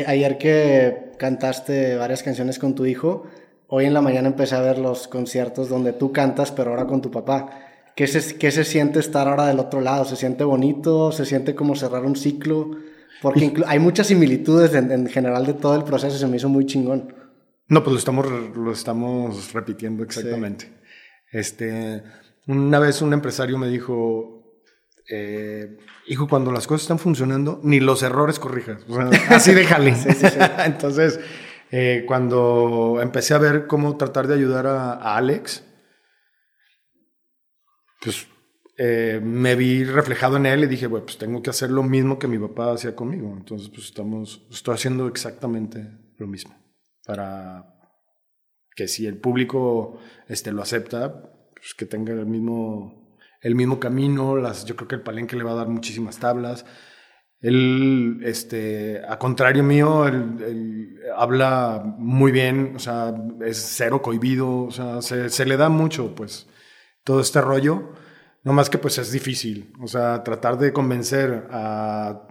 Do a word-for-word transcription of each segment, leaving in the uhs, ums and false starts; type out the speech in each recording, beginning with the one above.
Ayer que cantaste varias canciones con tu hijo, hoy en la mañana empecé a ver los conciertos donde tú cantas, pero ahora con tu papá. ¿Qué se, qué se siente estar ahora del otro lado? ¿Se siente bonito? ¿Se siente como cerrar un ciclo? Porque inclu- hay muchas similitudes en, en general de todo el proceso, se me hizo muy chingón. No, pues lo estamos, lo estamos repitiendo exactamente. Sí. Este, una vez un empresario me dijo, eh, hijo, cuando las cosas están funcionando, ni los errores corrijas. O sea, así déjale. Sí, sí, sí. Entonces, eh, cuando empecé a ver cómo tratar de ayudar a, a Alex, pues eh, me vi reflejado en él y dije, bueno, pues tengo que hacer lo mismo que mi papá hacía conmigo. Entonces, pues estamos, estoy haciendo exactamente lo mismo para que si el público este, lo acepta, pues que tenga el mismo, el mismo camino. Las, yo creo que el Palenque le va a dar muchísimas tablas. Él, este, a contrario mío, él, él habla muy bien, o sea, es cero cohibido, o sea, se, se le da mucho, pues, todo este rollo. No más que, pues, es difícil, o sea, tratar de convencer a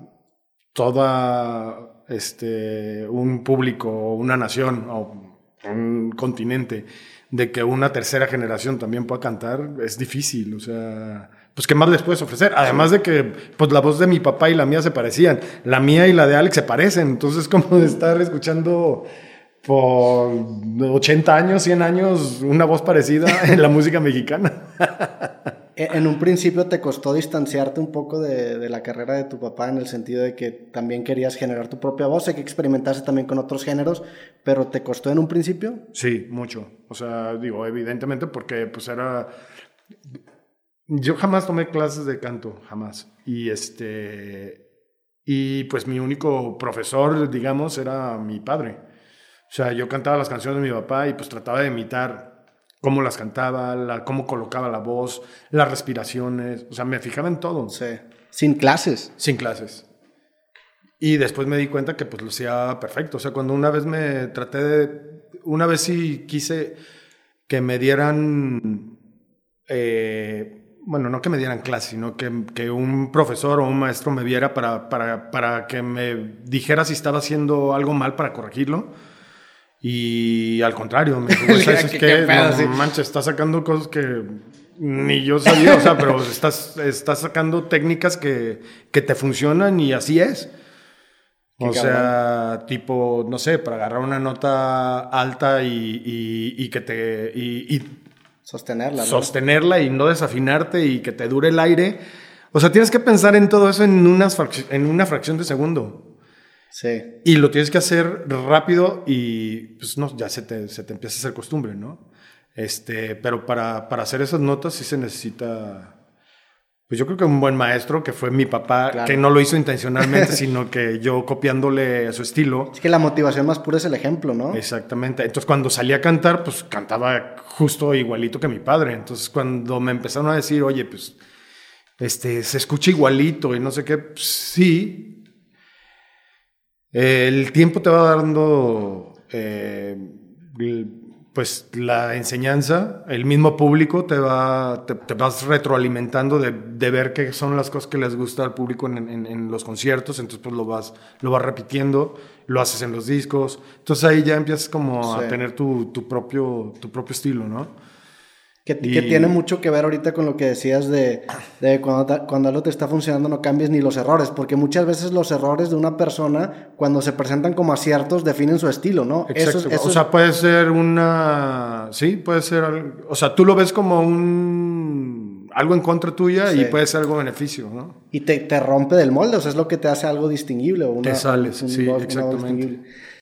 toda, este, un público, una nación, o un continente, de que una tercera generación también pueda cantar, es difícil, o sea, pues ¿qué más les puedes ofrecer? Además de que pues la voz de mi papá y la mía se parecían, la mía y la de Alex se parecen, entonces como de estar escuchando por ochenta años, cien años, una voz parecida en la música mexicana. En un principio te costó distanciarte un poco de, de la carrera de tu papá en el sentido de que también querías generar tu propia voz, sé que experimentaste también con otros géneros, pero ¿te costó en un principio? Sí, mucho. O sea, digo, evidentemente porque pues era... Yo jamás tomé clases de canto, jamás. Y este... Y pues mi único profesor, digamos, era mi padre. O sea, yo cantaba las canciones de mi papá y pues trataba de imitar cómo las cantaba, la, cómo colocaba la voz, las respiraciones, o sea, me fijaba en todo. Sí. Sin clases. Sin clases. Y después me di cuenta que pues lo hacía perfecto. O sea, cuando una vez me traté de... Una vez sí quise que me dieran... Eh, bueno, no que me dieran clase, sino que, que un profesor o un maestro me viera para, para, para que me dijera si estaba haciendo algo mal para corregirlo. Y al contrario, me dijo, ¿sabes qué? qué pedo, no, sí. Manches, estás sacando cosas que ni yo sabía, o sea, pero estás, estás sacando técnicas que, que te funcionan y así es. O sea, tipo, no sé, para agarrar una nota alta y, y, y que te... Y, y sostenerla, ¿no? Sostenerla y no desafinarte y que te dure el aire. O sea, tienes que pensar en todo eso en, unas frac- en una fracción de segundo. Sí. Y lo tienes que hacer rápido y pues no, ya se te, se te empieza a hacer costumbre, ¿no? Este, pero para, para hacer esas notas sí se necesita, pues yo creo que un buen maestro, que fue mi papá, claro. Que no lo hizo intencionalmente, sino que yo copiándole a su estilo. Es que la motivación más pura es el ejemplo, ¿no? Exactamente. Entonces cuando salí a cantar, pues cantaba justo igualito que mi padre. Entonces cuando me empezaron a decir, oye, pues este, se escucha igualito y no sé qué, pues, sí. El tiempo te va dando eh, pues la enseñanza, el mismo público te va te, te vas retroalimentando de, de ver qué son las cosas que les gusta al público en, en, en los conciertos, entonces pues lo vas, lo vas repitiendo, lo haces en los discos, entonces ahí ya empiezas como sí. a tener tu, tu, propio, tu propio estilo, ¿no? Que, y... que tiene mucho que ver ahorita con lo que decías de, de cuando, te, cuando algo te está funcionando no cambies ni los errores, porque muchas veces los errores de una persona cuando se presentan como aciertos definen su estilo, ¿no? Exacto. Eso, eso o sea, puede ser una... Sí, puede ser... O sea, tú lo ves como un... algo en contra tuya sí. y puede ser algo beneficio, ¿no? Y te, te rompe del molde, o sea, es lo que te hace algo distinguible. O una, te sales, un, sí, un, exactamente.